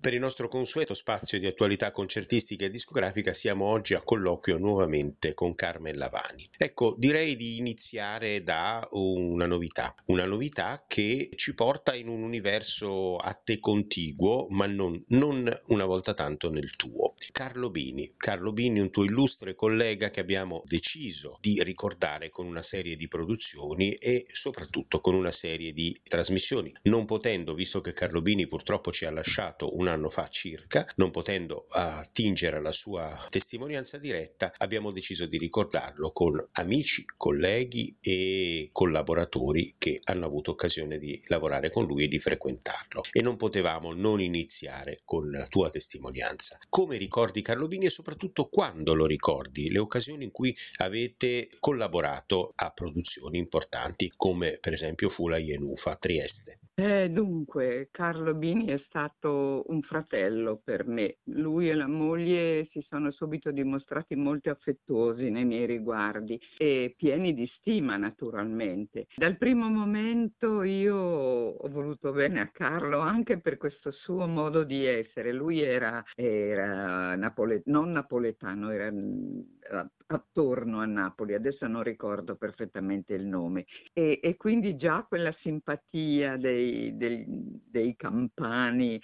Per il nostro consueto spazio di attualità concertistica e discografica siamo oggi a colloquio nuovamente con Carmen Lavani. Ecco, direi di iniziare da una novità che ci porta in un universo a te contiguo, ma non una volta tanto nel tuo. Carlo Bini, un tuo illustre collega che abbiamo deciso di ricordare con una serie di produzioni e soprattutto con una serie di trasmissioni. Non potendo, visto che Carlo Bini purtroppo ci ha lasciato un anno fa circa, non potendo attingere alla sua testimonianza diretta, abbiamo deciso di ricordarlo con amici, colleghi e collaboratori che hanno avuto occasione di lavorare con lui e di frequentarlo. E non potevamo non iniziare con la tua testimonianza. Come ricordi Carlo Bini e soprattutto quando lo ricordi? Le occasioni in cui avete collaborato a produzioni importanti, come per esempio fu la Jenufa a Trieste. Dunque, Carlo Bini è stato un fratello per me. Lui e la moglie si sono subito dimostrati molto affettuosi nei miei riguardi e pieni di stima, naturalmente. Dal primo momento io ho voluto bene a Carlo anche per questo suo modo di essere. Lui era non napoletano, era attorno a Napoli, adesso non ricordo perfettamente il nome. E quindi già quella simpatia dei campani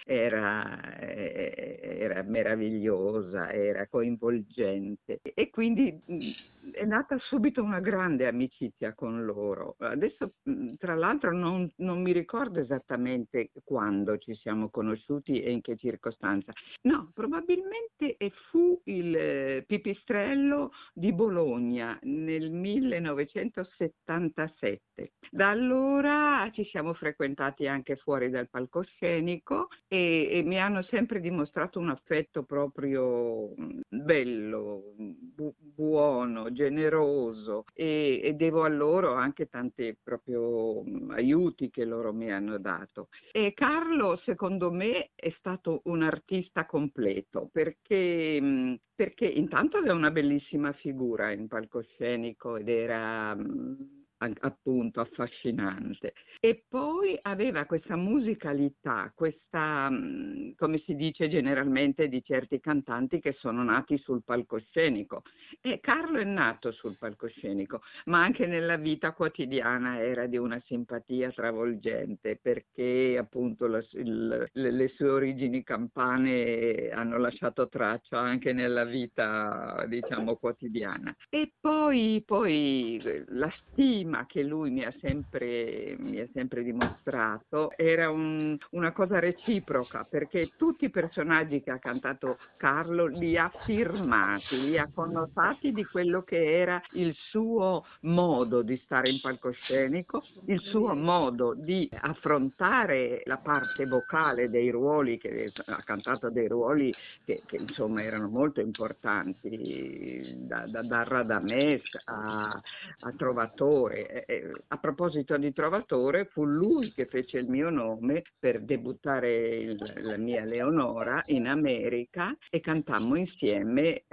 era meravigliosa, era coinvolgente e quindi è nata subito una grande amicizia con loro. Adesso, tra l'altro, non mi ricordo esattamente quando ci siamo conosciuti e in che circostanza. No, probabilmente fu il Pipistrello di Bologna nel 1977. Da allora ci siamo frequentati anche fuori dal palcoscenico e mi hanno sempre dimostrato un affetto proprio bello, buono, generoso e devo a loro anche tanti proprio aiuti che loro mi hanno dato. E Carlo, secondo me, è stato un artista completo perché intanto aveva una bellissima figura in palcoscenico ed era appunto affascinante. E poi aveva questa musicalità, come si dice generalmente di certi cantanti che sono nati sul palcoscenico. E Carlo è nato sul palcoscenico, ma anche nella vita quotidiana era di una simpatia travolgente perché appunto le sue origini campane hanno lasciato traccia anche nella vita, diciamo, quotidiana. E poi la stima che lui mi ha sempre dimostrato era una cosa reciproca, perché tutti i personaggi che ha cantato Carlo li ha firmati, li ha connotati di quello che era il suo modo di stare in palcoscenico, il suo modo di affrontare la parte vocale dei ruoli, che ha cantato dei ruoli che insomma erano molto importanti, da Radames a Trovatore. A proposito di Trovatore, fu lui che fece il mio nome per debuttare la mia Leonora in America e cantammo insieme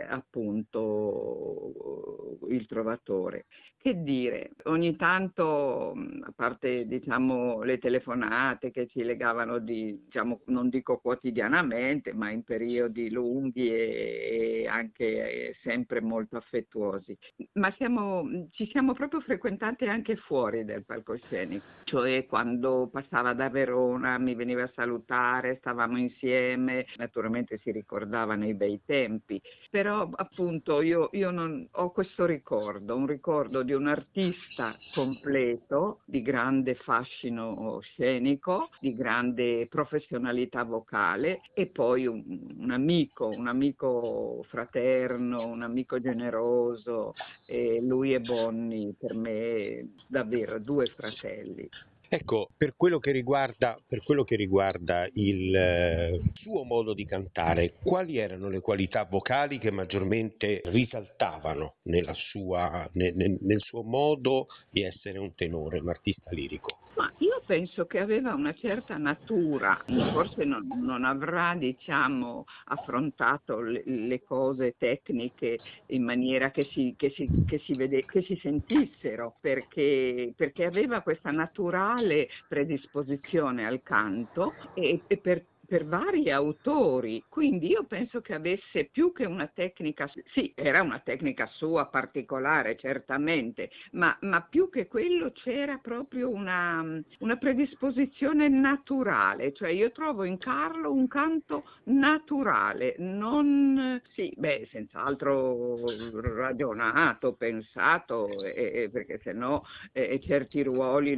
appunto il Trovatore. Che dire, ogni tanto, a parte diciamo le telefonate che ci legavano diciamo, non dico quotidianamente, ma in periodi lunghi e anche sempre molto affettuosi. Ma ci siamo proprio frequentati anche fuori del palcoscenico, cioè quando passava da Verona mi veniva a salutare, stavamo insieme, naturalmente si ricordava nei bei tempi, però appunto io non, ho questo ricordo, un ricordo di un artista completo, di grande fascino scenico, di grande professionalità vocale e poi un amico fraterno, un amico generoso, e lui e Bonnie per me davvero due fratelli. Ecco, per quello che riguarda il suo modo di cantare, quali erano le qualità vocali che maggiormente risaltavano nel suo modo di essere un tenore, un artista lirico? Ma io penso che aveva una certa natura, forse non avrà, diciamo, affrontato le cose tecniche in maniera che si sentissero, perché aveva questa naturale predisposizione al canto e per vari autori, quindi io penso che avesse più che una tecnica, sì, era una tecnica sua particolare, certamente, ma più che quello c'era proprio una predisposizione naturale, cioè io trovo in Carlo un canto naturale, non, sì, beh, senz'altro ragionato, pensato, perché sennò certi ruoli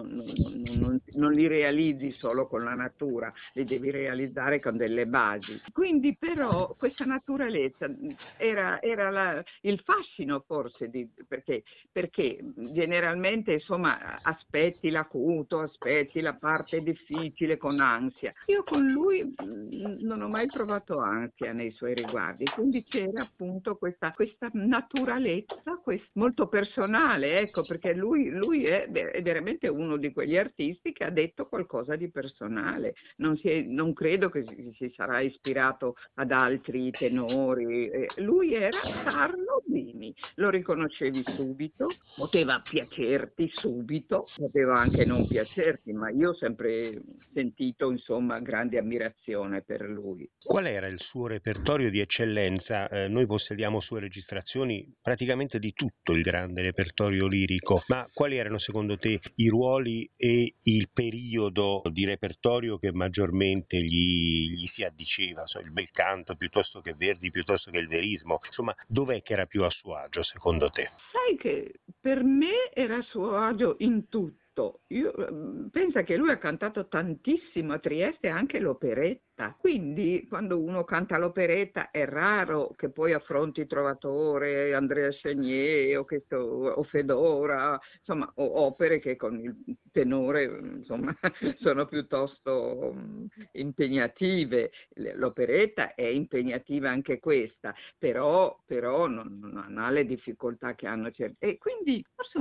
non li realizzi solo con la natura, li devi realizzare con delle basi. Quindi però questa naturalezza era il fascino forse, perché generalmente insomma aspetti l'acuto, aspetti la parte difficile con ansia. Io con lui non ho mai provato ansia nei suoi riguardi, quindi c'era appunto questa naturalezza, molto personale, ecco, perché lui è veramente uno di quegli artisti che ha detto qualcosa di personale, non credo che si sarà ispirato ad altri tenori, lui era Carlo Bini, lo riconoscevi subito, poteva piacerti subito, poteva anche non piacerti, ma io ho sempre sentito insomma grande ammirazione per lui. Qual era il suo repertorio di eccellenza? Noi possediamo sue registrazioni praticamente di tutto il grande repertorio lirico, ma quali erano secondo te i ruoli e il periodo di repertorio che maggiormente gli si addiceva? Il bel canto piuttosto che Verdi, piuttosto che il verismo? Insomma, dov'è che era più a suo agio secondo te? Sai che per me era a suo agio in tutto. Io, pensa che lui ha cantato tantissimo a Trieste anche l'operetta, quindi quando uno canta l'operetta è raro che poi affronti Trovatore, Andrea Chenier o Fedora, insomma, o opere che con il tenore insomma, sono piuttosto impegnative. L'operetta è impegnativa anche questa, però non ha le difficoltà che hanno certi. E quindi forse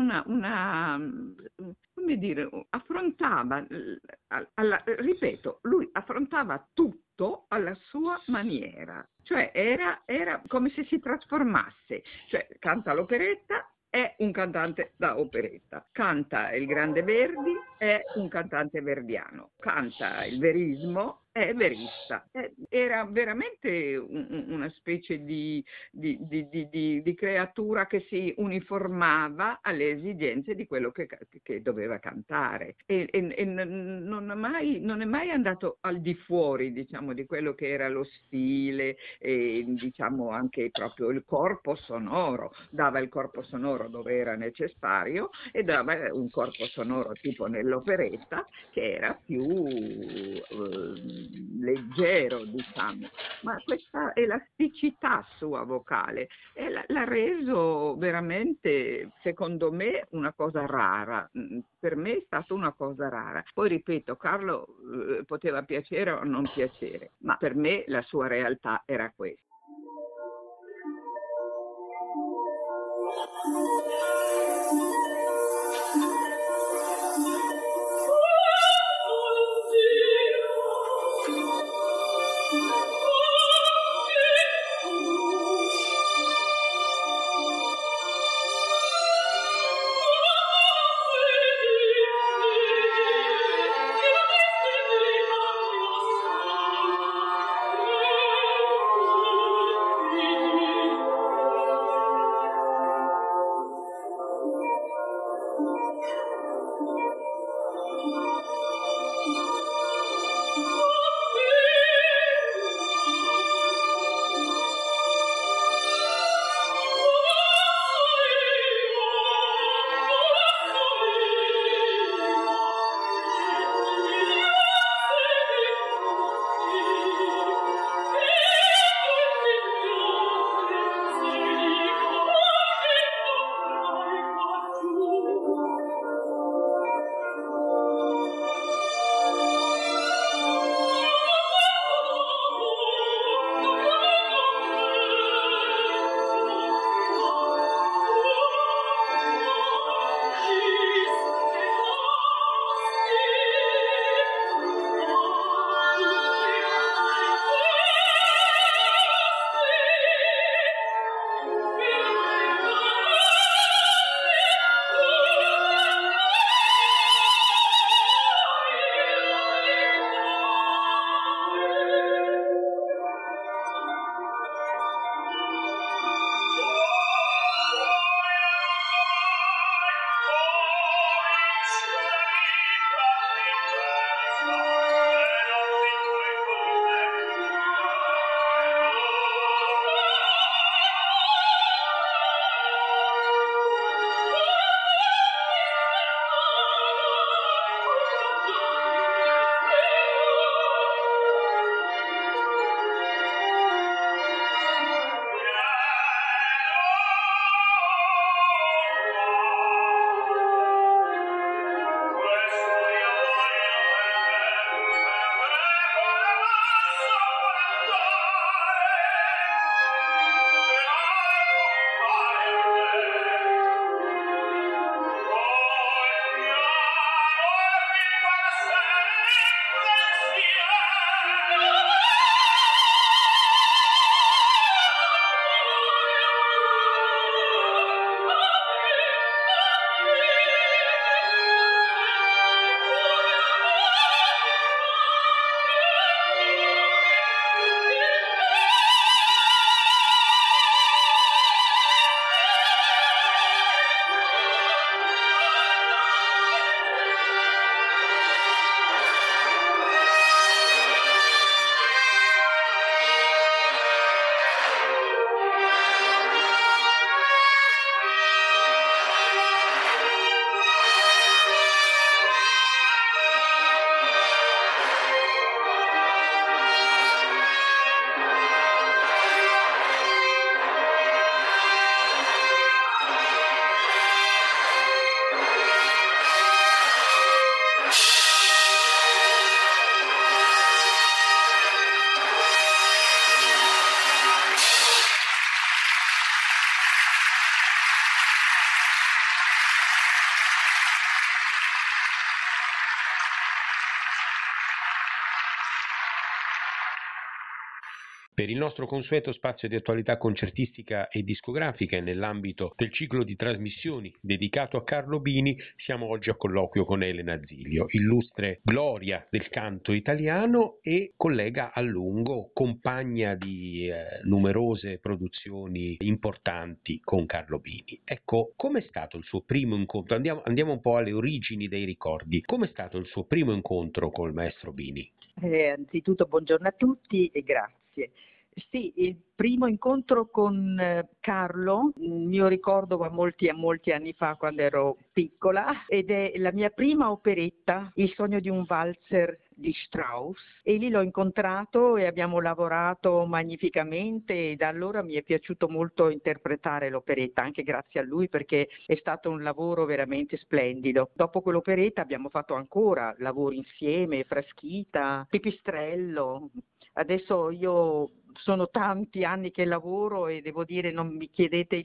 come dire, affrontava, ripeto, lui affrontava tutto alla sua maniera, cioè era come se si trasformasse, cioè canta l'operetta, è un cantante da operetta, canta il grande Verdi, è un cantante verdiano, canta il verismo, è verista. Era veramente una specie di creatura che si uniformava alle esigenze di quello che doveva cantare e non è mai andato al di fuori, diciamo, di quello che era lo stile e diciamo anche proprio il corpo sonoro, dava il corpo sonoro dove era necessario e dava un corpo sonoro tipo nell'operetta che era più leggero, diciamo, ma questa elasticità sua vocale l'ha reso veramente, secondo me, una cosa rara. Per me è stata una cosa rara. Poi ripeto, Carlo poteva piacere o non piacere, ma per me la sua realtà era questa. Per il nostro consueto spazio di attualità concertistica e discografica e nell'ambito del ciclo di trasmissioni dedicato a Carlo Bini, siamo oggi a colloquio con Elena Zilio, illustre gloria del canto italiano e collega a lungo, compagna di numerose produzioni importanti con Carlo Bini. Ecco, com'è stato il suo primo incontro? Andiamo un po' alle origini dei ricordi. Com'è stato il suo primo incontro col maestro Bini? Anzitutto buongiorno a tutti e grazie. Sì, il primo incontro con Carlo, mio ricordo a molti anni fa quando ero piccola, ed è la mia prima operetta, Il sogno di un valzer di Strauss, e lì l'ho incontrato e abbiamo lavorato magnificamente e da allora mi è piaciuto molto interpretare l'operetta, anche grazie a lui perché è stato un lavoro veramente splendido. Dopo quell'operetta abbiamo fatto ancora lavori insieme, Fraschita, Pipistrello. Adesso io sono tanti anni che lavoro e devo dire non mi chiedete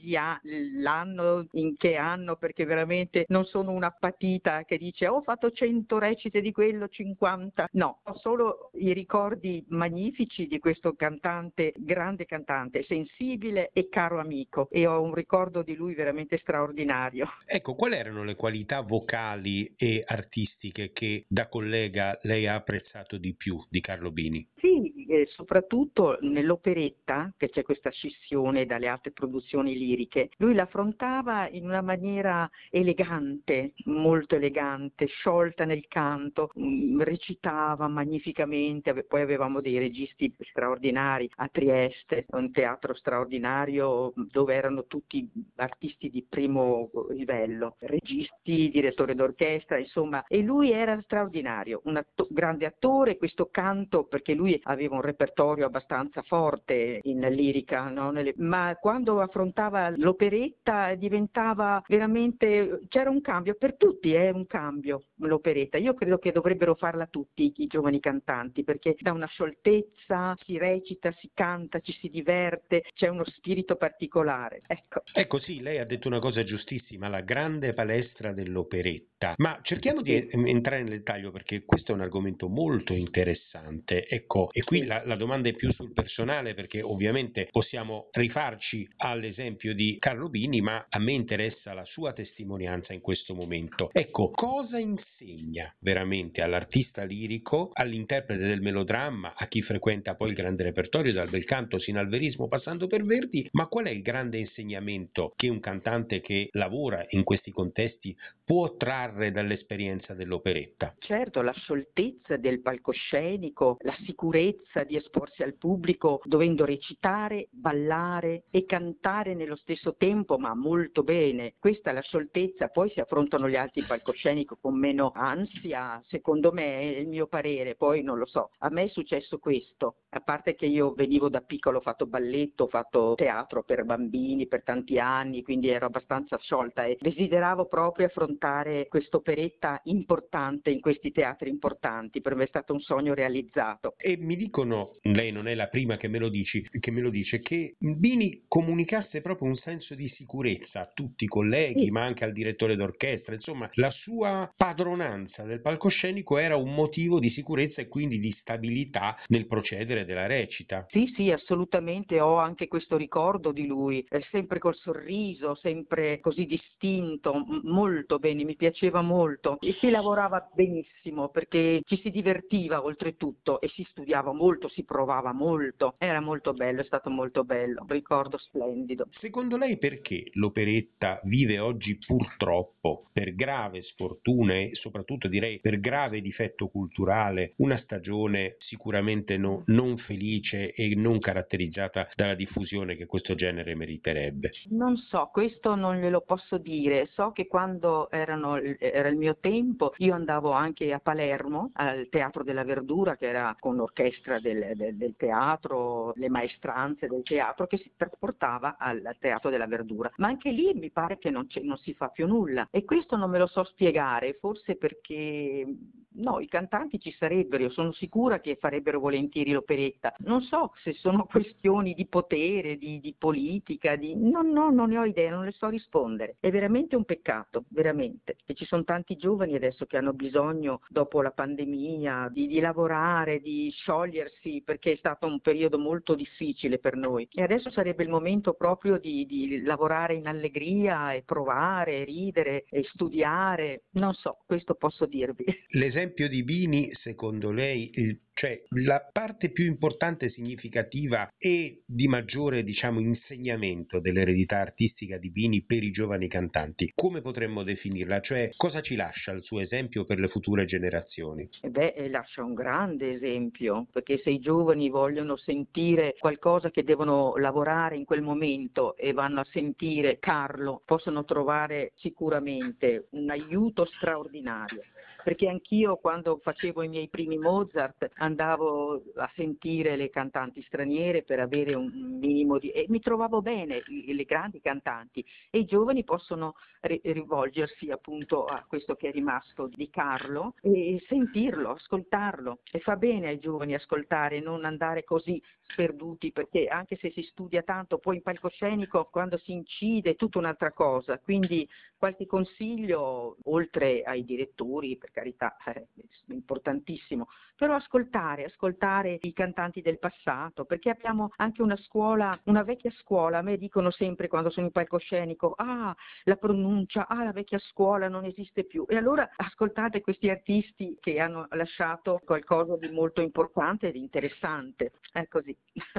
l'anno, in che anno, perché veramente non sono una patita che dice ho fatto 100 recite di quello, 50. No, ho solo i ricordi magnifici di questo cantante, grande cantante, sensibile e caro amico, e ho un ricordo di lui veramente straordinario. Ecco, quali erano le qualità vocali e artistiche che da collega lei ha apprezzato di più di Carlo Bini? Sì, soprattutto nell'operetta, che c'è questa scissione dalle altre produzioni liriche, lui l'affrontava in una maniera elegante, molto elegante, sciolta nel canto, recitava magnificamente, poi avevamo dei registi straordinari a Trieste, un teatro straordinario dove erano tutti artisti di primo livello, registi, direttore d'orchestra, insomma, e lui era straordinario, un grande attore, questo canto, perché lui aveva un repertorio abbastanza forte in lirica, no? Ma quando affrontava l'operetta diventava veramente, c'era un cambio, per tutti è un cambio l'operetta, io credo che dovrebbero farla tutti i giovani cantanti, perché dà una scioltezza, si recita, si canta, ci si diverte, c'è uno spirito particolare. Ecco sì, lei ha detto una cosa giustissima, la grande palestra dell'operetta, ma cerchiamo di entrare nel dettaglio perché questo è un argomento molto interessante. Ecco, e qui la domanda è più sul personale perché ovviamente possiamo rifarci all'esempio di Carlo Bini, ma a me interessa la sua testimonianza in questo momento. Ecco, cosa insegna veramente all'artista lirico, all'interprete del melodramma, a chi frequenta poi il grande repertorio dal bel canto sino al verismo passando per Verdi, ma qual è il grande insegnamento che un cantante che lavora in questi contesti può trarre dall'esperienza dell'operetta? Certo, la scioltezza del palcoscenico, la sicurezza di esporsi al pubblico dovendo recitare, ballare e cantare nello stesso tempo, ma molto bene. Questa è la scioltezza, poi si affrontano gli altri palcoscenici con meno ansia, secondo me è il mio parere, poi non lo so. A me è successo questo, a parte che io venivo da piccolo, ho fatto balletto, ho fatto teatro per bambini per tanti anni, quindi ero abbastanza sciolta e desideravo proprio affrontare quest'operetta importante in questi teatri importanti, per me è stato un sogno realizzato. E mi dicono, lei non è la prima che me lo dice, che Bini comunicasse proprio un senso di sicurezza a tutti i colleghi, Sì. ma anche al direttore d'orchestra, insomma, la sua padronanza del palcoscenico era un motivo di sicurezza e quindi di stabilità nel procedere della recita. Sì, assolutamente, ho anche questo ricordo di lui, sempre col sorriso, sempre così distinto, molto bene, mi piaceva molto e si lavorava benissimo perché ci si divertiva oltretutto e si studiava molto, si provava molto, era molto bello, è stato molto bello, un ricordo splendido. Secondo lei perché l'operetta vive oggi purtroppo, per grave sfortuna e soprattutto direi per grave difetto culturale, una stagione sicuramente non felice e non caratterizzata dalla diffusione che questo genere meriterebbe? Non so, questo non glielo posso dire, so che quando era il mio tempo io andavo anche a Palermo al Teatro della Verdura, che era con l'orchestra del teatro, le maestranze del teatro che si trasportava al Teatro della Verdura, ma anche lì mi pare che non si fa più nulla e questo non me lo so spiegare, forse perché No, i cantanti ci sarebbero, io sono sicura che farebbero volentieri l'operetta. Non so se sono questioni di potere, di politica, non ne ho idea, non le so rispondere. È veramente un peccato, veramente. E ci sono tanti giovani adesso che hanno bisogno, dopo la pandemia, di lavorare, di sciogliersi, perché è stato un periodo molto difficile per noi. E adesso sarebbe il momento proprio di lavorare in allegria e provare, ridere e studiare. Non so, questo posso dirvi. L'esempio di Bini, secondo lei, cioè la parte più importante e significativa e di maggiore, diciamo, insegnamento dell'eredità artistica di Bini per i giovani cantanti, come potremmo definirla? Cioè, cosa ci lascia il suo esempio per le future generazioni? Lascia un grande esempio, perché se i giovani vogliono sentire qualcosa che devono lavorare in quel momento e vanno a sentire Carlo, possono trovare sicuramente un aiuto straordinario. Perché anch'io quando facevo i miei primi Mozart andavo a sentire le cantanti straniere per avere un minimo e mi trovavo bene, le grandi cantanti, e i giovani possono rivolgersi appunto a questo che è rimasto di Carlo e sentirlo, ascoltarlo, e fa bene ai giovani ascoltare, non andare così sperduti, perché anche se si studia tanto poi in palcoscenico quando si incide è tutta un'altra cosa, quindi qualche consiglio oltre ai direttori, per carità, è importantissimo, però ascoltare i cantanti del passato, perché abbiamo anche una scuola, una vecchia scuola. A me dicono sempre quando sono in palcoscenico: la pronuncia, la vecchia scuola non esiste più. E allora ascoltate questi artisti che hanno lasciato qualcosa di molto importante ed interessante. È così.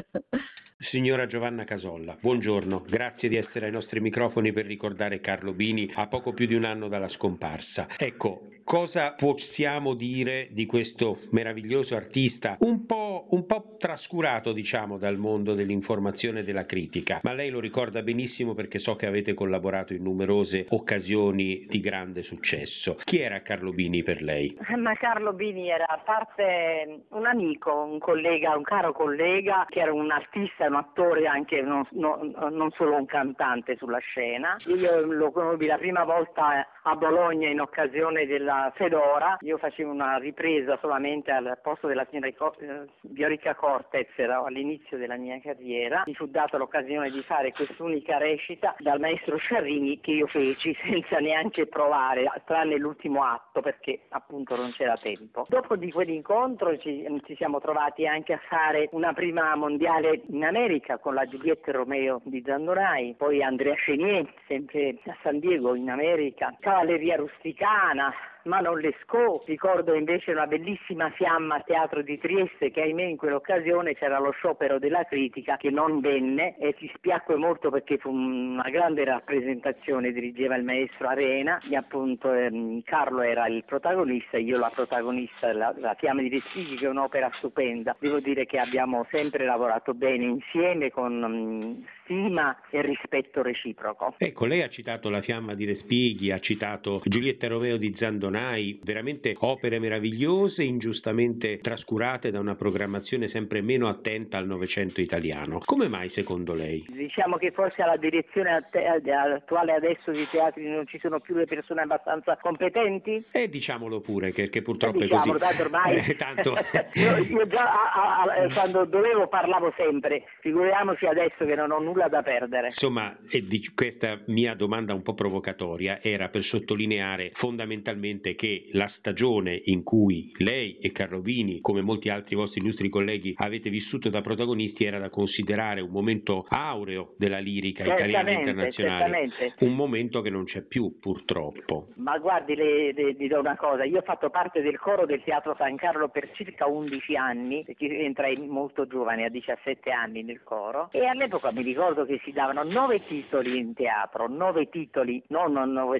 Signora Giovanna Casolla, buongiorno, grazie di essere ai nostri microfoni per ricordare Carlo Bini a poco più di un anno dalla scomparsa. Ecco, cosa possiamo dire di questo meraviglioso artista, un po' trascurato, diciamo, dal mondo dell'informazione e della critica, ma lei lo ricorda benissimo perché so che avete collaborato in numerose occasioni di grande successo. Chi era Carlo Bini per lei? Ma Carlo Bini era a parte un amico, un collega, un caro collega, che era un artista, un attore, anche non solo un cantante sulla scena. Io lo conobbi la prima volta a Bologna in occasione della Fedora. Io facevo una ripresa solamente al posto della signora Viorica Cortez, era all'inizio della mia carriera. Mi fu data l'occasione di fare quest'unica recita dal maestro Sciarrini, che io feci senza neanche provare, tranne l'ultimo atto, perché appunto non c'era tempo. Dopo di quell'incontro ci siamo trovati anche a fare una prima mondiale in America con la Giulietta Romeo di Zandonai, poi Andrea Chenier, sempre a San Diego in America, Cavalleria Rusticana, Manon Lescaut. Ricordo invece una bellissima fiamma a Teatro di Trieste, che ahimè in quell'occasione c'era lo sciopero della critica che non venne, e ci spiacque molto perché fu una grande rappresentazione, dirigeva il maestro Arena e appunto Carlo era il protagonista e io la protagonista, la Fiamma di Respighi, che è un'opera stupenda. Devo dire che abbiamo sempre lavorato bene insieme con stima e rispetto reciproco. Ecco, lei ha citato la Fiamma di Respighi, ha citato Giulietta Romeo di Zandonai, veramente opere meravigliose, ingiustamente trascurate da una programmazione sempre meno attenta al Novecento italiano. Come mai secondo lei? Diciamo che forse alla direzione attuale adesso di teatri non ci sono più le persone abbastanza competenti? Diciamolo pure, che purtroppo diciamolo, è così. Tanto ormai Tanto... io già quando dovevo parlavo sempre, figuriamoci adesso che non ho nulla da perdere. Insomma, questa mia domanda un po' provocatoria era per sottolineare fondamentalmente che la stagione in cui lei e Carlo Bini, come molti altri vostri illustri colleghi, avete vissuto da protagonisti, era da considerare un momento aureo della lirica italiana e internazionale, un momento che non c'è più purtroppo. Ma guardi, le do una cosa, io ho fatto parte del coro del Teatro San Carlo per circa 11 anni, perché entrai molto giovane, a 17 anni nel coro, e all'epoca mi ricordo che si davano 9 titoli in teatro, 9 titoli, non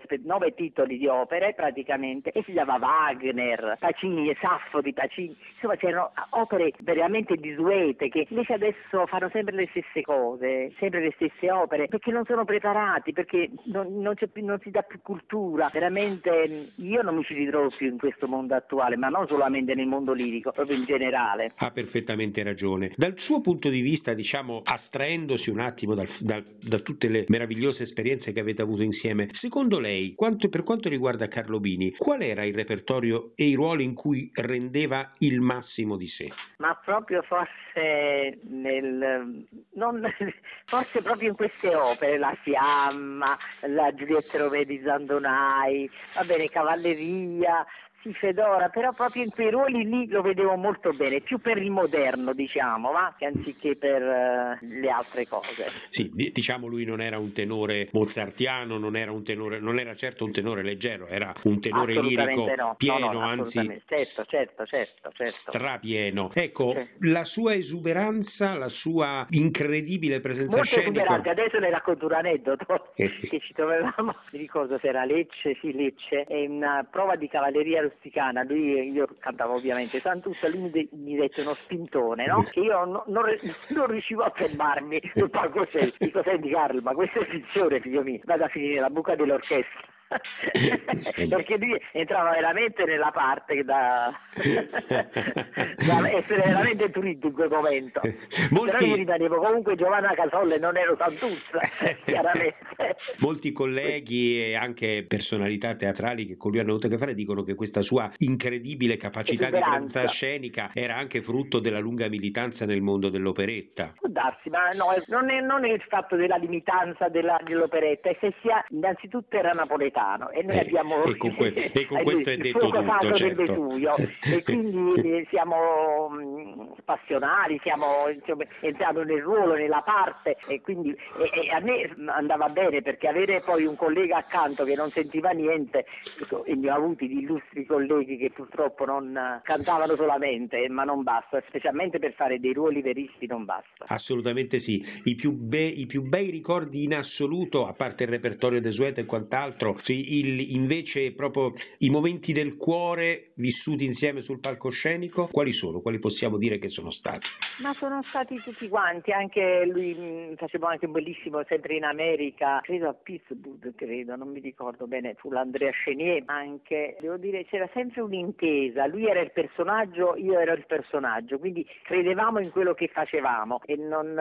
9 titoli di opere praticamente, e si dava Wagner, Pacini, Saffo di Pacini, insomma c'erano opere veramente desuete che invece adesso fanno sempre le stesse cose, sempre le stesse opere, perché non sono preparati, perché non si dà più cultura. Veramente io non mi ci ritrovo più in questo mondo attuale, ma non solamente nel mondo lirico, proprio in generale. Ha perfettamente ragione. Dal suo punto di vista, diciamo, astraendosi un attimo attimo da tutte le meravigliose esperienze che avete avuto insieme. Secondo lei, per quanto riguarda Carlo Bini, qual era il repertorio e i ruoli in cui rendeva il massimo di sé? Ma proprio forse forse proprio in queste opere, La Fiamma, la Giulietta Romeo di Zandonai, va bene, Cavalleria, sì, Fedora, però proprio in quei ruoli lì lo vedevo molto bene, più per il moderno, diciamo, che anziché per le altre cose. Sì, diciamo lui non era un tenore mozartiano, non era certo un tenore leggero, era un tenore lirico no. pieno, No, anzi certo. strapieno. Ecco, Certo. la sua esuberanza, la sua incredibile presenza Molto scenica. esuberante, adesso ne racconto un aneddoto Sì. che ci trovavamo, mi ricordo se era Lecce, e una prova di cavalleria rusticana, io cantavo ovviamente Santuzza, lui mi dette uno spintone, no? Che io non riuscivo a fermarmi sul palcoscenico. Dico, senti Carlo, ma questa è finzione, figlio mio, vado a finire la buca dell'orchestra. Perché lui entrava veramente nella parte da essere veramente trito in quel momento. Però io rimanevo comunque Giovanna Casolle, non ero Santuzza, chiaramente. Molti colleghi e anche personalità teatrali che con lui hanno avuto a che fare dicono che questa sua incredibile capacità di presenza scenica era anche frutto della lunga militanza nel mondo dell'operetta. Può darsi, ma no, non è il fatto della limitanza dell'operetta, è se innanzitutto era napoletano e noi abbiamo e con questo è il detto fuoco tutto, sacro certo. del Vesuvio e quindi siamo passionali, entriamo nel ruolo, nella parte e quindi e a me andava bene perché avere poi un collega accanto che non sentiva niente, e ne ho avuti di illustri colleghi che purtroppo non cantavano solamente, ma non basta, specialmente per fare dei ruoli veristi non basta. Assolutamente sì, i più bei ricordi in assoluto, a parte il repertorio desueto e quant'altro, invece proprio i momenti del cuore vissuti insieme sul palcoscenico, quali sono? Quali possiamo dire che sono stati? Ma sono stati tutti quanti, anche lui faceva anche un bellissimo, sempre in America, credo a Pittsburgh, non mi ricordo bene, fu l'Andrea Chenier, anche, devo dire, c'era sempre un'intesa, lui era il personaggio, io ero il personaggio, quindi credevamo in quello che facevamo e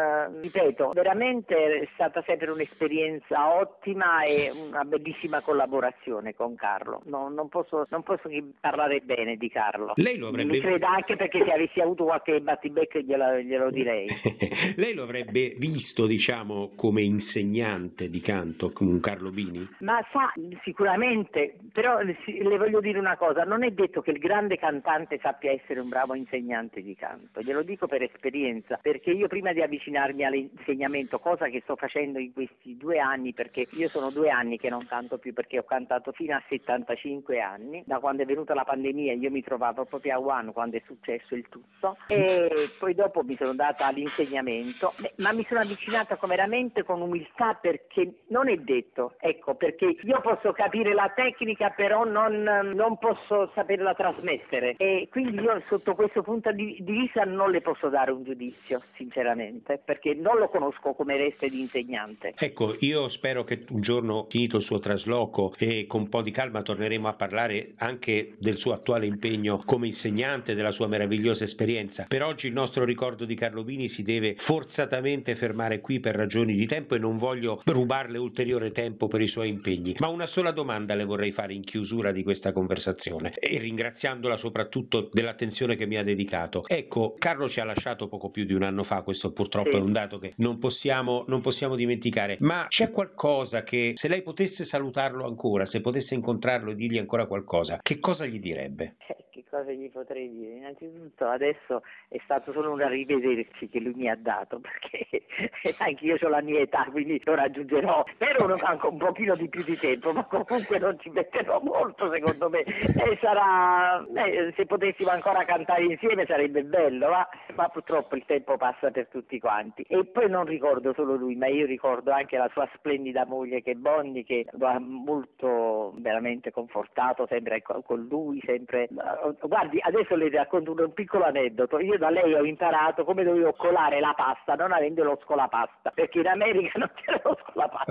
ripeto, veramente è stata sempre un'esperienza ottima e una bellissima collaborazione con Carlo, non posso che parlare bene di Carlo. Lei lo avrebbe... Mi creda anche perché se avessi avuto qualche battibecco glielo direi. Lei lo avrebbe visto, diciamo, come insegnante di canto, come un Carlo Bini? Ma sa, sicuramente, però le voglio dire una cosa, non è detto che il grande cantante sappia essere un bravo insegnante di canto, glielo dico per esperienza, perché io prima di avvicinarmi all'insegnamento, cosa che sto facendo in questi 2 anni, perché io sono 2 anni che non canto più, perché ho cantato fino a 75 anni, da quando è venuta la pandemia io mi trovavo proprio a Wuhan quando è successo il tutto e poi dopo mi sono data all'insegnamento, ma mi sono avvicinata veramente con umiltà perché non è detto, ecco, perché io posso capire la tecnica però non posso saperla trasmettere e quindi io sotto questo punto di vista non le posso dare un giudizio sinceramente perché non lo conosco come veste di insegnante. Ecco, io spero che un giorno, finito il suo trasloco e con un po' di calma, torneremo a parlare anche del suo attuale impegno come insegnante, della sua meravigliosa esperienza. Per oggi il nostro ricordo di Carlo Bini si deve forzatamente fermare qui per ragioni di tempo e non voglio rubarle ulteriore tempo per i suoi impegni, ma una sola domanda le vorrei fare in chiusura di questa conversazione e ringraziandola soprattutto dell'attenzione che mi ha dedicato. Ecco, Carlo ci ha lasciato poco più di un anno fa, questo purtroppo Sì. È un dato che non possiamo dimenticare, ma c'è qualcosa che, se lei potesse salutarlo ancora, se potesse incontrarlo e dirgli ancora qualcosa, che cosa gli direbbe? Che cosa gli potrei dire? Innanzitutto adesso è stato solo un arrivederci che lui mi ha dato perché anche io ho la mia età quindi lo raggiungerò, spero anche un pochino di più di tempo ma comunque non ci metterò molto secondo me e sarà, se potessimo ancora cantare insieme sarebbe bello ma purtroppo il tempo passa per tutti quanti e poi non ricordo solo lui ma io ricordo anche la sua splendida moglie che è Bonnie che lo ha molto veramente confortato sempre con lui sempre. Guardi, adesso le racconto un piccolo aneddoto. Io da lei ho imparato come dovevo colare la pasta non avendo lo scolapasta, perché in America non c'era lo scolapasta.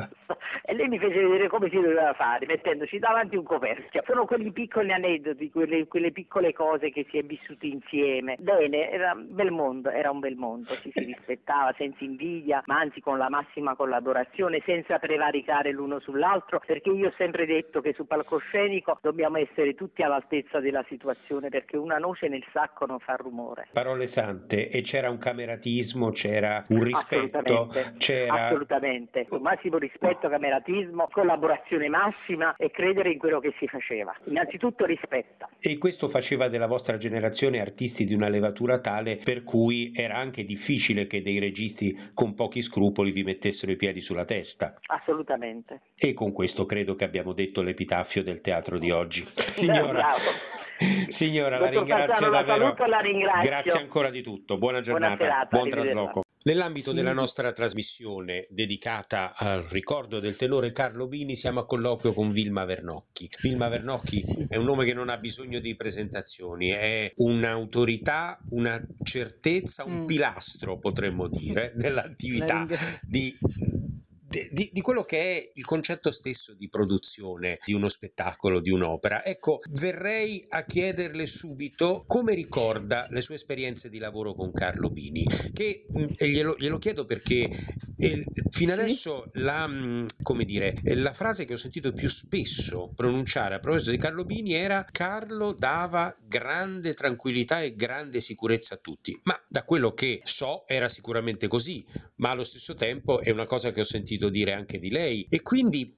E lei mi fece vedere come si doveva fare, mettendoci davanti un coperchio. Sono quelli piccoli aneddoti, quelle piccole cose che si è vissuti insieme. Bene, era un bel mondo, ci si rispettava senza invidia, ma anzi con la massima collaborazione, senza prevaricare l'uno sull'altro, perché io ho sempre detto che sul palcoscenico dobbiamo essere tutti all'altezza della situazione, perché una noce nel sacco non fa rumore. Parole sante, e c'era un cameratismo, c'era un rispetto, Assolutamente, un massimo rispetto, cameratismo, collaborazione massima e credere in quello che si faceva. Innanzitutto rispetto. E questo faceva della vostra generazione artisti di una levatura tale per cui era anche difficile che dei registi con pochi scrupoli vi mettessero i piedi sulla testa. Assolutamente. E con questo credo che abbiamo detto l'epitafio del teatro di oggi. Signora, la Dottor ringrazio Fasano, la davvero. saluto e la ringrazio. Grazie ancora di tutto. Buona giornata. Buona serata, Buon arrivederla. trasloco. Nell'ambito della nostra trasmissione dedicata al ricordo del tenore Carlo Bini siamo a colloquio con Vilma Vernocchi. Vilma Vernocchi è un nome che non ha bisogno di presentazioni, è un'autorità, una certezza, un pilastro potremmo dire nell'attività di quello che è il concetto stesso di produzione di uno spettacolo, di un'opera. Ecco, verrei a chiederle subito come ricorda le sue esperienze di lavoro con Carlo Bini, che glielo chiedo perché fino adesso come dire, la frase che ho sentito più spesso pronunciare a proposito di Carlo Bini era: Carlo dava grande tranquillità e grande sicurezza a tutti, ma da quello che so era sicuramente così, ma allo stesso tempo è una cosa che ho sentito dire anche di lei, e quindi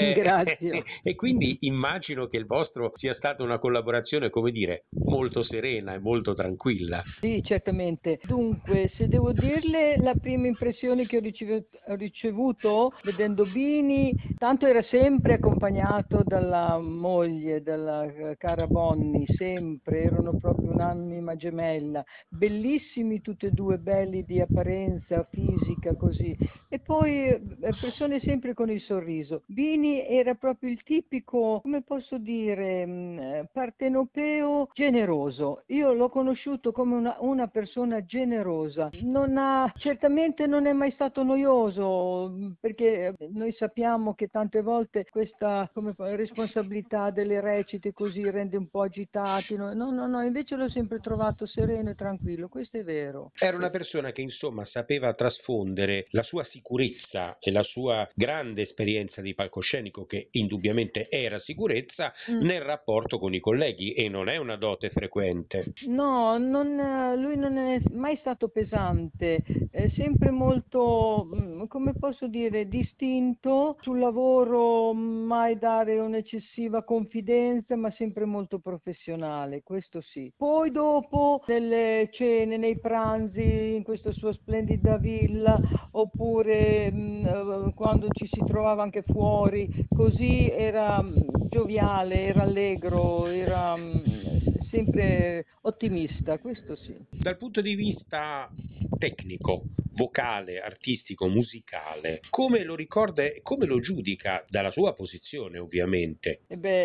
e quindi immagino che il vostro sia stata una collaborazione, come dire, molto serena e molto tranquilla. Sì, certamente. Dunque, se devo dirle, la prima impressione che ho ricevuto vedendo Bini, tanto era sempre accompagnato dalla moglie, dalla cara Bonni, sempre, erano proprio un'anima gemella, bellissimi tutti e due, belli di apparenza fisica così, e poi persone sempre con il sorriso. Bini era proprio il tipico, come posso dire, partenopeo generoso. Io l'ho conosciuto come una persona generosa. Certamente non è mai stato noioso, perché noi sappiamo che tante volte questa responsabilità delle recite così rende un po' agitati. No, invece l'ho sempre trovato sereno e tranquillo, questo è vero. Era una persona che insomma sapeva trasfondere la sua sicurezza e la sua grande esperienza di palcoscenico, che indubbiamente era sicurezza, nel rapporto con i colleghi, e non è una dote frequente. No, lui non è mai stato pesante, è sempre molto, come posso dire, distinto sul lavoro, mai dare un'eccessiva confidenza, ma sempre molto professionale, questo sì. Poi dopo, nelle cene, nei pranzi, in questa sua splendida villa, oppure quando ci si trovava anche fuori, così era gioviale, era allegro, era sempre ottimista, questo sì. Dal punto di vista tecnico, vocale, artistico, musicale, come lo ricorda e come lo giudica dalla sua posizione, ovviamente?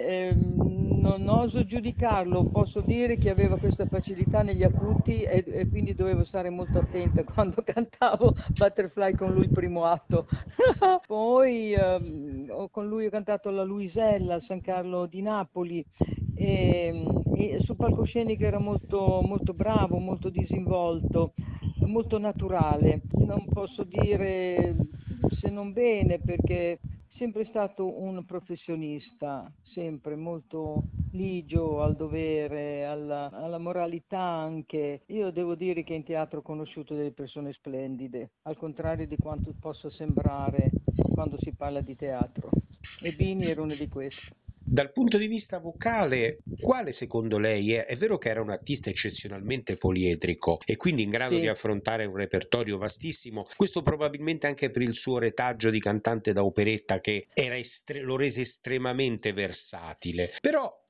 Non oso giudicarlo, posso dire che aveva questa facilità negli acuti e quindi dovevo stare molto attenta quando cantavo Butterfly con lui il primo atto. Poi con lui ho cantato la Luisella al San Carlo di Napoli, e sul palcoscenico era molto, molto bravo, molto disinvolto, molto naturale. Non posso dire se non bene, perché è sempre stato un professionista, sempre molto ligio al dovere, alla moralità anche. Io devo dire che in teatro ho conosciuto delle persone splendide, al contrario di quanto possa sembrare quando si parla di teatro. E Bini era uno di questi. Dal punto di vista vocale, quale secondo lei è vero che era un artista eccezionalmente poliedrico e quindi in grado di affrontare un repertorio vastissimo, questo probabilmente anche per il suo retaggio di cantante da operetta che lo rese estremamente versatile, però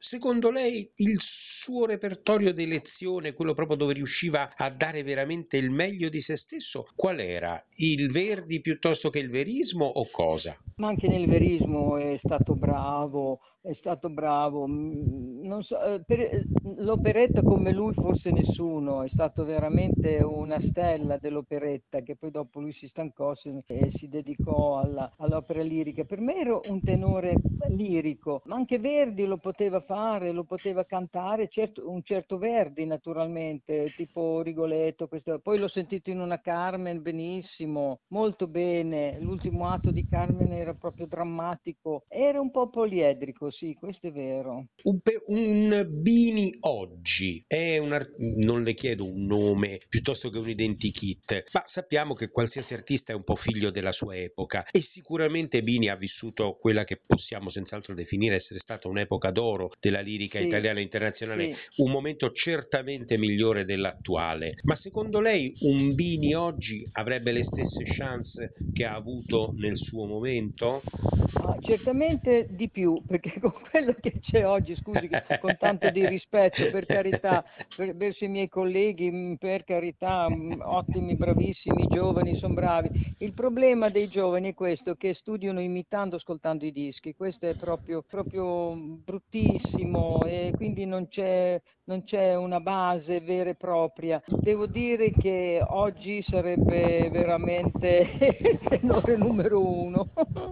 secondo lei il suo repertorio di lezione, quello proprio dove riusciva a dare veramente il meglio di se stesso, qual era? Il Verdi piuttosto che il verismo o cosa? Ma anche nel verismo è stato bravo, è stato bravo. Non so, l'operetta come lui forse nessuno, è stato veramente una stella dell'operetta, che poi dopo lui si stancò e si dedicò all'opera lirica. Per me era un tenore lirico, ma anche Verdi lo poteva fare, lo poteva cantare, certo, un certo Verdi naturalmente, tipo Rigoletto, poi l'ho sentito in una Carmen benissimo, molto bene, l'ultimo atto di Carmen era proprio drammatico, era un po' poliedrico, sì, questo è vero. Un Bini oggi non le chiedo un nome piuttosto che un identikit, ma sappiamo che qualsiasi artista è un po' figlio della sua epoca e sicuramente Bini ha vissuto quella che possiamo senz'altro definire essere stata un'epoca d'oro della lirica Sì, italiana e internazionale, sì. un momento certamente migliore dell'attuale. Ma secondo lei un Bini oggi avrebbe le stesse chance che ha avuto nel suo momento? Ah, certamente di più, perché con quello che c'è oggi, scusi, con tanto di rispetto, per carità, verso i miei colleghi, per carità, ottimi, bravissimi, giovani, sono bravi. Il problema dei giovani è questo, che studiano imitando, ascoltando i dischi. Questo è proprio bruttissimo e quindi non c'è una base vera e propria. Devo dire che oggi sarebbe veramente il tenore numero uno.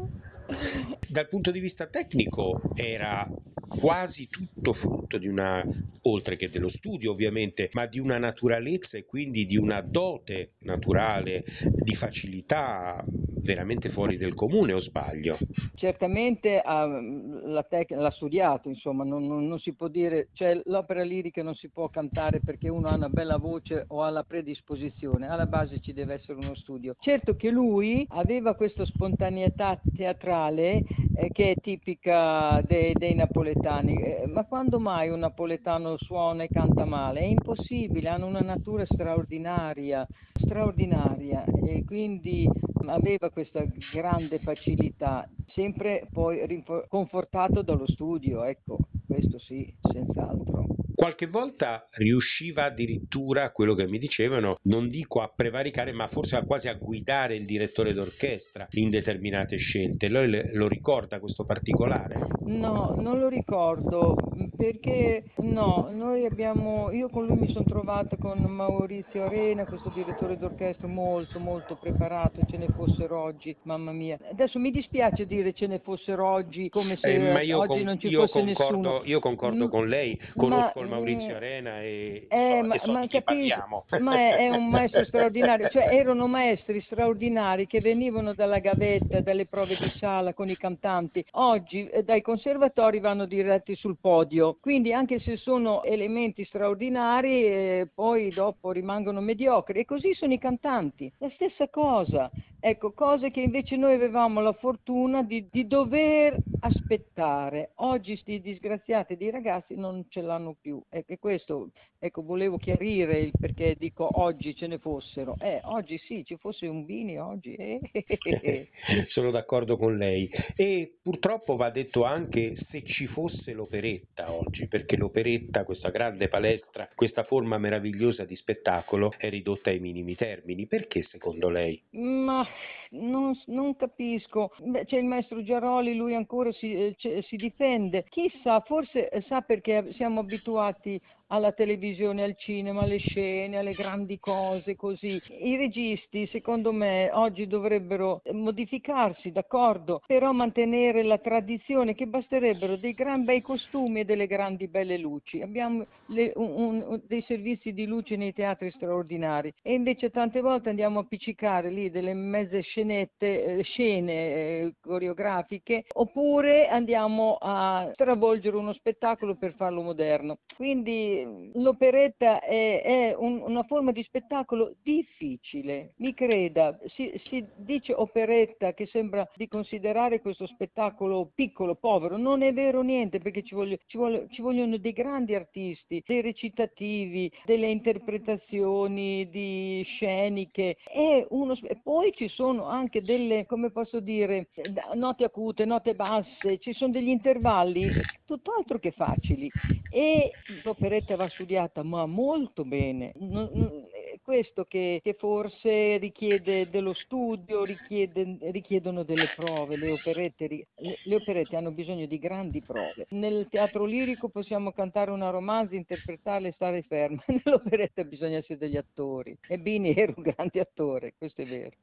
Dal punto di vista tecnico era quasi tutto frutto di oltre che dello studio ovviamente, ma di una naturalezza e quindi di una dote naturale, di facilità veramente fuori del comune, o sbaglio? Certamente l'ha studiato, insomma, non si può dire, cioè l'opera lirica non si può cantare perché uno ha una bella voce o ha la predisposizione, alla base ci deve essere uno studio. Certo che lui aveva questa spontaneità teatrale che è tipica dei napoletani, ma quando mai un napoletano suona e canta male? È impossibile, hanno una natura straordinaria, straordinaria e quindi aveva questa grande facilità, sempre poi confortato dallo studio, ecco, questo sì, senz'altro. Qualche volta riusciva addirittura, quello che mi dicevano, non dico a prevaricare, ma forse quasi a guidare il direttore d'orchestra in determinate scelte. Lei lo ricorda questo particolare? No, non lo ricordo, perché no, io con lui mi sono trovata con Maurizio Arena, questo direttore d'orchestra molto molto preparato, ce ne fossero oggi, mamma mia. Adesso mi dispiace dire ce ne fossero oggi, come Ma se oggi non ci fosse nessuno. io concordo M- con lei, Ma, conosco il Maurizio Arena ma, e so ma di chi capisco, parliamo. ma è un maestro straordinario, cioè erano maestri straordinari che venivano dalla gavetta, dalle prove di sala con i cantanti, oggi dai conservatori vanno diretti sul podio, quindi anche se sono elementi straordinari poi dopo rimangono mediocri e così sono i cantanti, la stessa cosa. Ecco, cose che invece noi avevamo la fortuna di dover aspettare. Oggi sti disgraziati di ragazzi non ce l'hanno più. E questo, ecco, volevo chiarire il perché dico oggi ce ne fossero. Oggi sì, ci fosse un Bini oggi. Sono d'accordo con lei e purtroppo va detto anche se ci fosse l'operetta oggi, perché l'operetta, questa grande palestra, questa forma meravigliosa di spettacolo è ridotta ai minimi termini. Perché secondo lei? Ma non capisco. Beh, c'è il maestro Giaroli, lui ancora si difende. Chissà, forse sa perché siamo abituati alla televisione, al cinema, alle scene, alle grandi cose così. I registi, secondo me, oggi dovrebbero modificarsi, d'accordo, però mantenere la tradizione che basterebbero dei gran bei costumi e delle grandi belle luci. Abbiamo dei servizi di luce nei teatri straordinari e invece tante volte andiamo a appiccicare lì delle mezze scene coreografiche oppure andiamo a stravolgere uno spettacolo per farlo moderno. Quindi l'operetta è una forma di spettacolo difficile, mi creda, si dice operetta che sembra di considerare questo spettacolo piccolo, povero, non è vero niente, perché ci vogliono dei grandi artisti, dei recitativi, delle interpretazioni di sceniche, poi ci sono anche delle, come posso dire, note acute, note basse, ci sono degli intervalli tutt'altro che facili, e l'operetta va studiata ma molto bene. È questo che forse richiede dello studio, richiedono delle prove. Le operette hanno bisogno di grandi prove. Nel teatro lirico possiamo cantare una romanza, interpretarla e stare ferma. Nell'operetta bisogna essere degli attori, e Bini era un grande attore, questo è vero.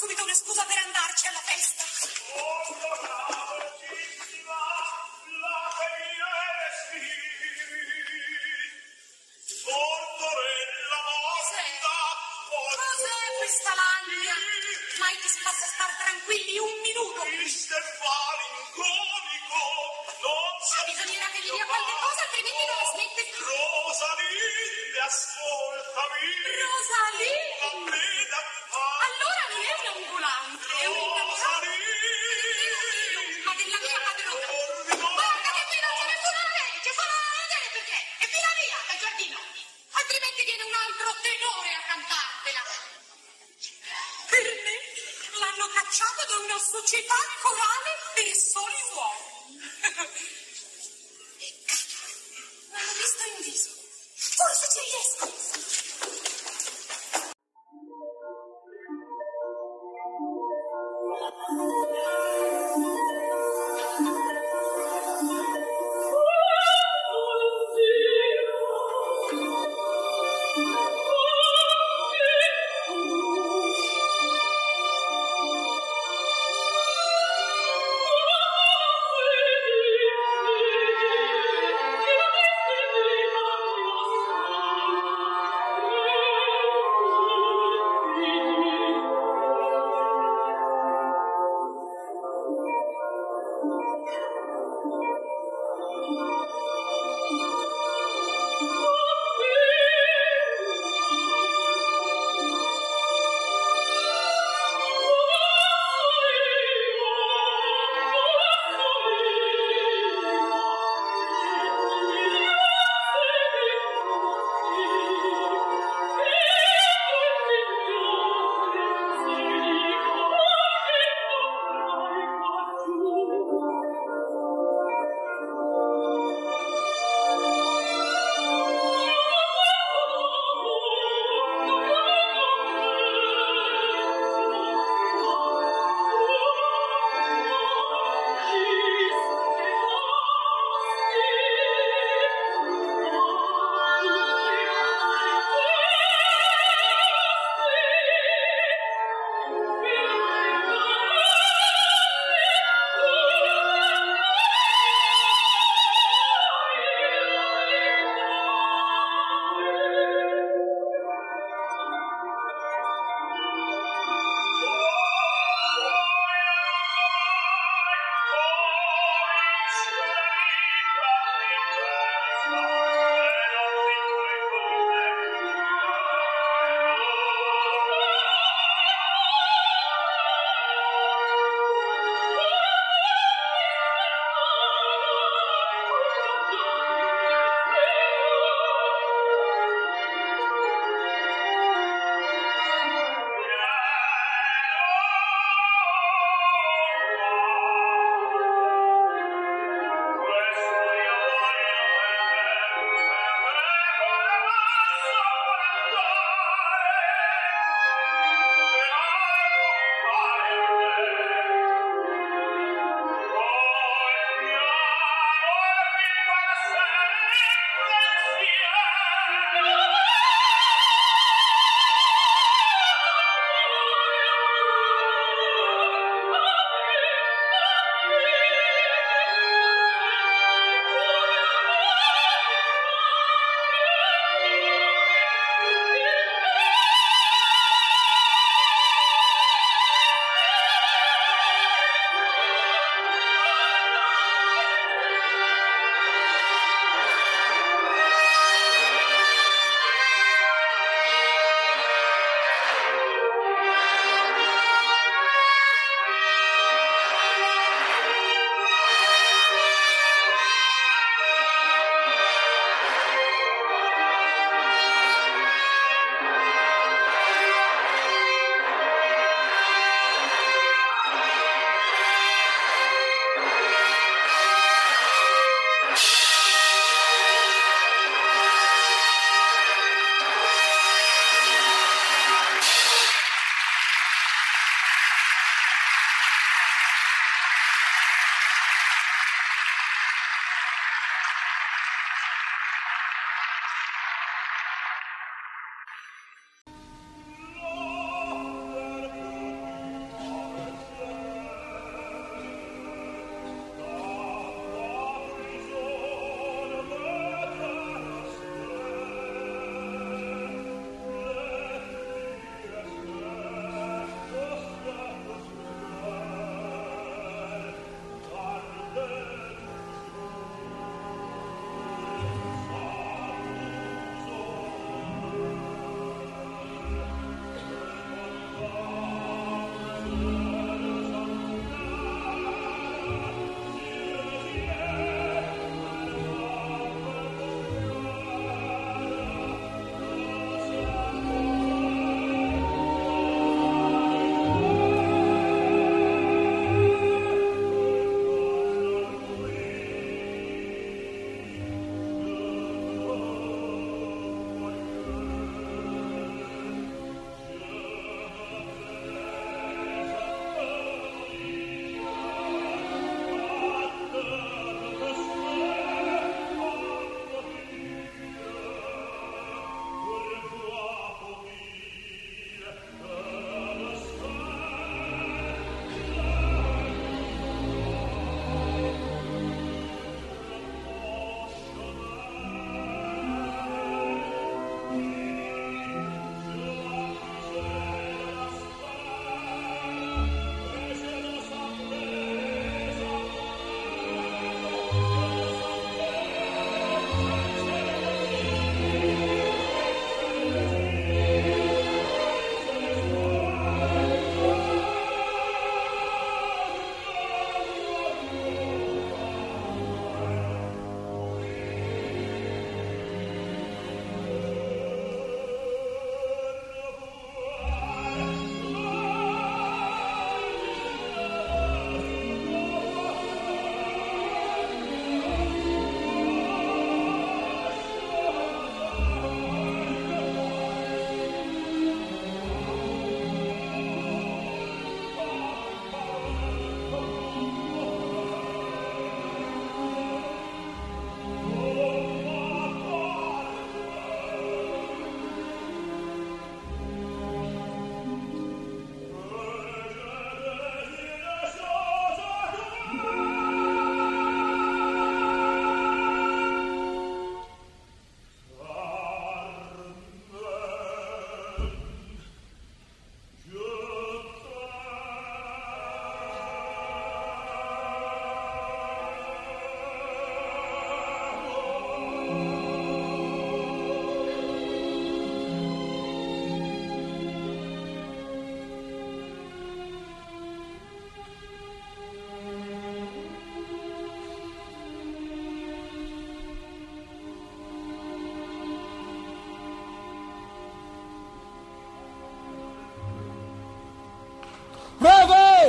subito una scusa per andarci alla festa. Cos'è questa lagna? Mai ti si possa star tranquilli un minuto. Bisognerà che gli dia qualche cosa, altrimenti non la smette più. Rosalinde, ascoltami. Rosalinde? Allora non è un'ambulante, è un innamorato. Ma della mia padrona. Guarda che qui non c'è nessuna legge, solo la vedere perché. E via via dal giardino. Altrimenti viene un altro tenore a cantartela. Per me l'hanno cacciato da una società corale per soli uomini. L'hanno visto in viso. Forse ci riesco.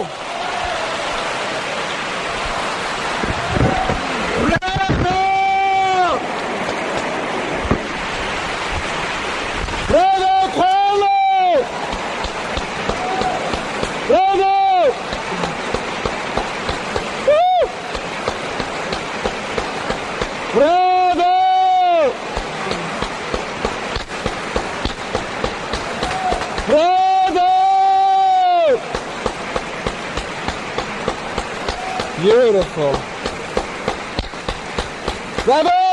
Beautiful. Bravo!